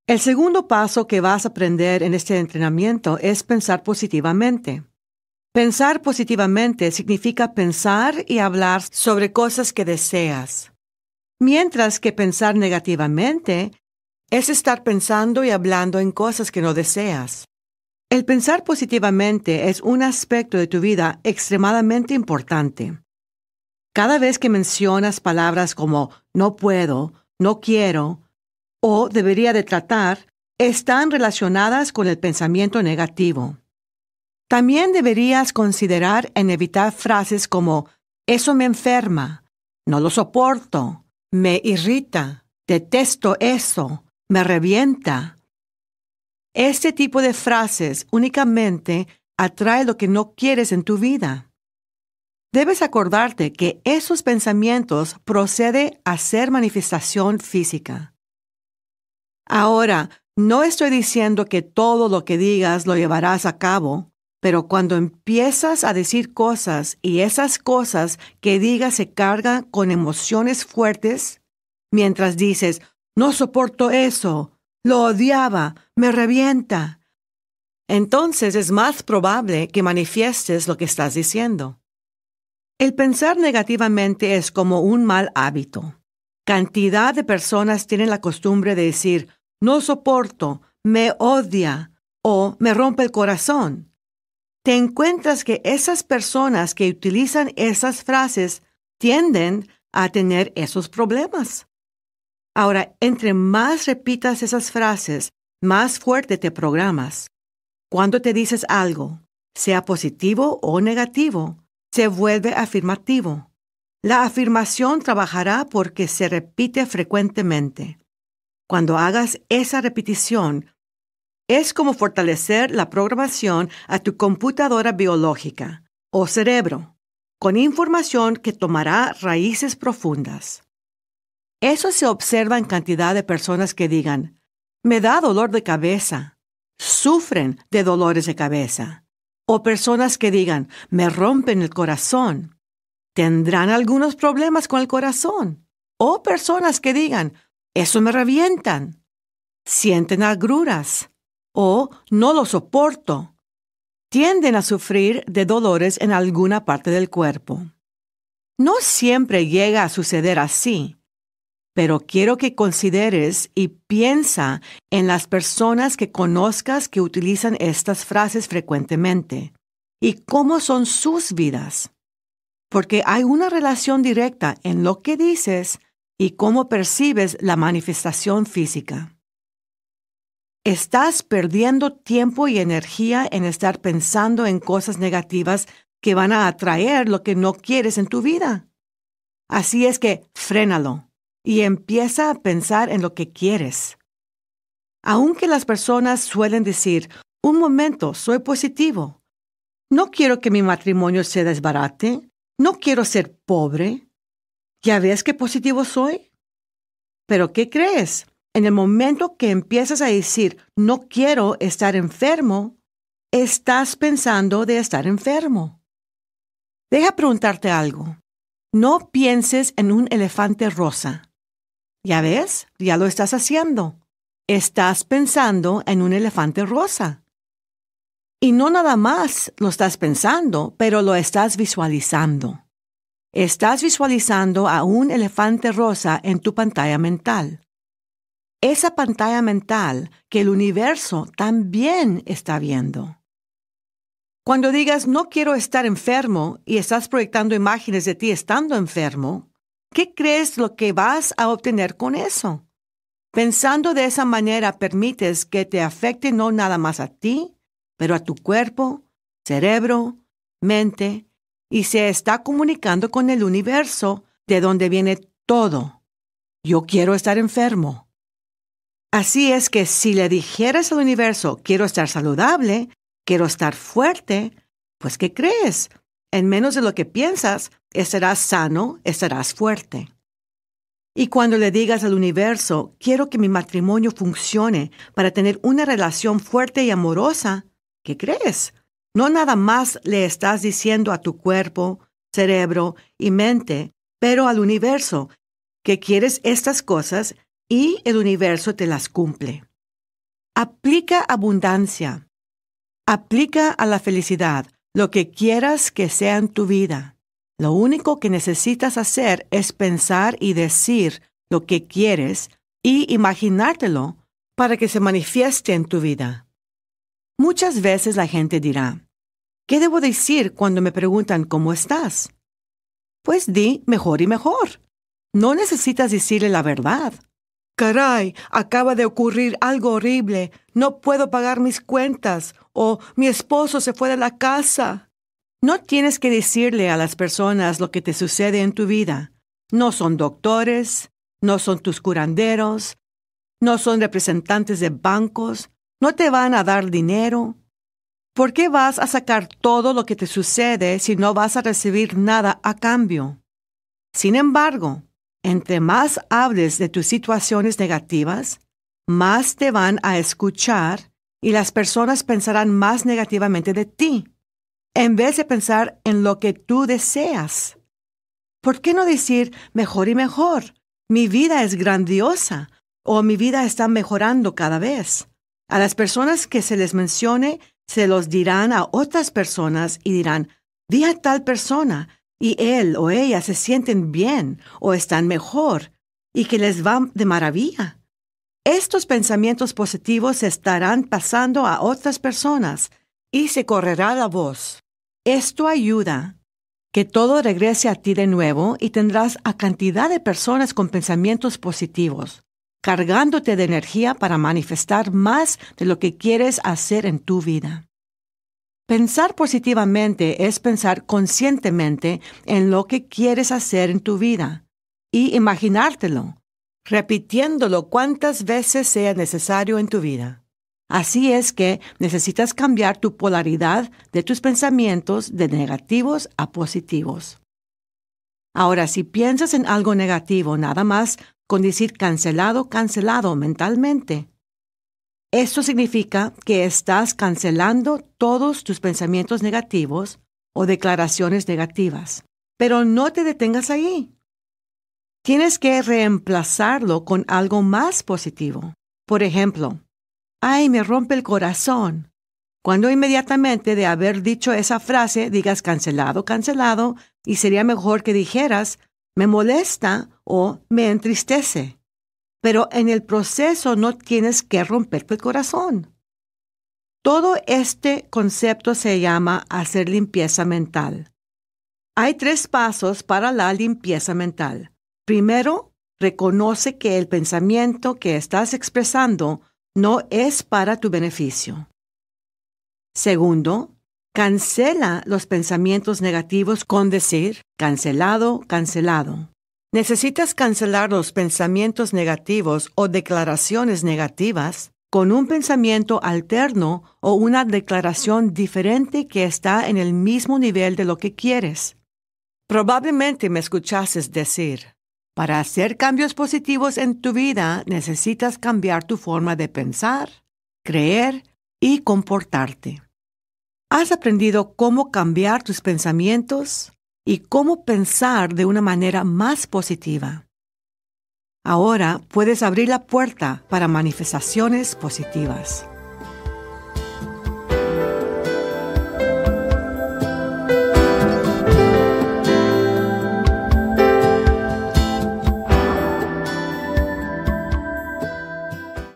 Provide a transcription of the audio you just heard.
El segundo paso que vas a aprender en este entrenamiento es pensar positivamente. Pensar positivamente significa pensar y hablar sobre cosas que deseas, mientras que pensar negativamente es estar pensando y hablando en cosas que no deseas. El pensar positivamente es un aspecto de tu vida extremadamente importante. Cada vez que mencionas palabras como no puedo, no quiero o debería de tratar, están relacionadas con el pensamiento negativo. También deberías considerar en evitar frases como eso me enferma, no lo soporto, me irrita, detesto eso, me revienta. Este tipo de frases únicamente atrae lo que no quieres en tu vida. Debes acordarte que esos pensamientos proceden a ser manifestación física. Ahora, no estoy diciendo que todo lo que digas lo llevarás a cabo, pero cuando empiezas a decir cosas y esas cosas que digas se cargan con emociones fuertes, mientras dices, no soporto eso, lo odiaba, me revienta, entonces es más probable que manifiestes lo que estás diciendo. El pensar negativamente es como un mal hábito. Cantidad de personas tienen la costumbre de decir, no soporto, me odia o me rompe el corazón. Te encuentras que esas personas que utilizan esas frases tienden a tener esos problemas. Ahora, entre más repitas esas frases, más fuerte te programas. Cuando te dices algo, sea positivo o negativo, se vuelve afirmativo. La afirmación trabajará porque se repite frecuentemente. Cuando hagas esa repetición, es como fortalecer la programación a tu computadora biológica o cerebro, con información que tomará raíces profundas. Eso se observa en cantidad de personas que digan, me da dolor de cabeza, sufren de dolores de cabeza, o personas que digan, me rompen el corazón, tendrán algunos problemas con el corazón, o personas que digan, eso me revientan, sienten agruras, o no lo soporto, tienden a sufrir de dolores en alguna parte del cuerpo. No siempre llega a suceder así, pero quiero que consideres y piensa en las personas que conozcas que utilizan estas frases frecuentemente y cómo son sus vidas. Porque hay una relación directa en lo que dices y cómo percibes la manifestación física. Estás perdiendo tiempo y energía en estar pensando en cosas negativas que van a atraer lo que no quieres en tu vida. Así es que frénalo y empieza a pensar en lo que quieres. Aunque las personas suelen decir, un momento, soy positivo. No quiero que mi matrimonio se desbarate. No quiero ser pobre. ¿Ya ves qué positivo soy? ¿Pero qué crees? En el momento que empiezas a decir, no quiero estar enfermo, estás pensando de estar enfermo. Deja preguntarte algo. No pienses en un elefante rosa. ¿Ya ves? Ya lo estás haciendo. Estás pensando en un elefante rosa. Y no nada más lo estás pensando, pero lo estás visualizando. Estás visualizando a un elefante rosa en tu pantalla mental. Esa pantalla mental que el universo también está viendo. Cuando digas no quiero estar enfermo y estás proyectando imágenes de ti estando enfermo, ¿qué crees lo que vas a obtener con eso? Pensando de esa manera permites que te afecte no nada más a ti, pero a tu cuerpo, cerebro, mente, y se está comunicando con el universo de donde viene todo. Yo quiero estar enfermo. Así es que si le dijeras al universo, quiero estar saludable, quiero estar fuerte, pues ¿qué crees? En menos de lo que piensas, estarás sano, estarás fuerte. Y cuando le digas al universo, quiero que mi matrimonio funcione para tener una relación fuerte y amorosa, ¿qué crees? No nada más le estás diciendo a tu cuerpo, cerebro y mente, pero al universo, que quieres estas cosas y el universo te las cumple. Aplica abundancia. Aplica a la felicidad lo que quieras que sea en tu vida. Lo único que necesitas hacer es pensar y decir lo que quieres y imaginártelo para que se manifieste en tu vida. Muchas veces la gente dirá, ¿qué debo decir cuando me preguntan cómo estás? Pues di mejor y mejor. No necesitas decirle la verdad. Caray, acaba de ocurrir algo horrible. No puedo pagar mis cuentas. O mi esposo se fue de la casa. No tienes que decirle a las personas lo que te sucede en tu vida. No son doctores, no son tus curanderos, no son representantes de bancos, no te van a dar dinero. ¿Por qué vas a sacar todo lo que te sucede si no vas a recibir nada a cambio? Sin embargo, entre más hables de tus situaciones negativas, más te van a escuchar y las personas pensarán más negativamente de ti, en vez de pensar en lo que tú deseas. ¿Por qué no decir mejor y mejor? Mi vida es grandiosa o mi vida está mejorando cada vez. A las personas que se les mencione, se los dirán a otras personas y dirán, di a tal persona, y él o ella se sienten bien o están mejor y que les va de maravilla. Estos pensamientos positivos se estarán pasando a otras personas y se correrá la voz. Esto ayuda que todo regrese a ti de nuevo y tendrás a cantidad de personas con pensamientos positivos, cargándote de energía para manifestar más de lo que quieres hacer en tu vida. Pensar positivamente es pensar conscientemente en lo que quieres hacer en tu vida y imaginártelo, repitiéndolo cuantas veces sea necesario en tu vida. Así es que necesitas cambiar tu polaridad de tus pensamientos de negativos a positivos. Ahora, si piensas en algo negativo, nada más con decir cancelado, cancelado mentalmente, esto significa que estás cancelando todos tus pensamientos negativos o declaraciones negativas. Pero no te detengas ahí. Tienes que reemplazarlo con algo más positivo. Por ejemplo, ¡ay, me rompe el corazón! Cuando inmediatamente de haber dicho esa frase digas cancelado, cancelado, y sería mejor que dijeras me molesta o me entristece. Pero en el proceso no tienes que romperte el corazón. Todo este concepto se llama hacer limpieza mental. Hay 3 pasos para la limpieza mental. Primero, reconoce que el pensamiento que estás expresando no es para tu beneficio. Segundo, cancela los pensamientos negativos con decir cancelado, cancelado. Necesitas cancelar los pensamientos negativos o declaraciones negativas con un pensamiento alterno o una declaración diferente que está en el mismo nivel de lo que quieres. Probablemente me escuchases decir, para hacer cambios positivos en tu vida necesitas cambiar tu forma de pensar, creer y comportarte. ¿Has aprendido cómo cambiar tus pensamientos y cómo pensar de una manera más positiva? Ahora puedes abrir la puerta para manifestaciones positivas.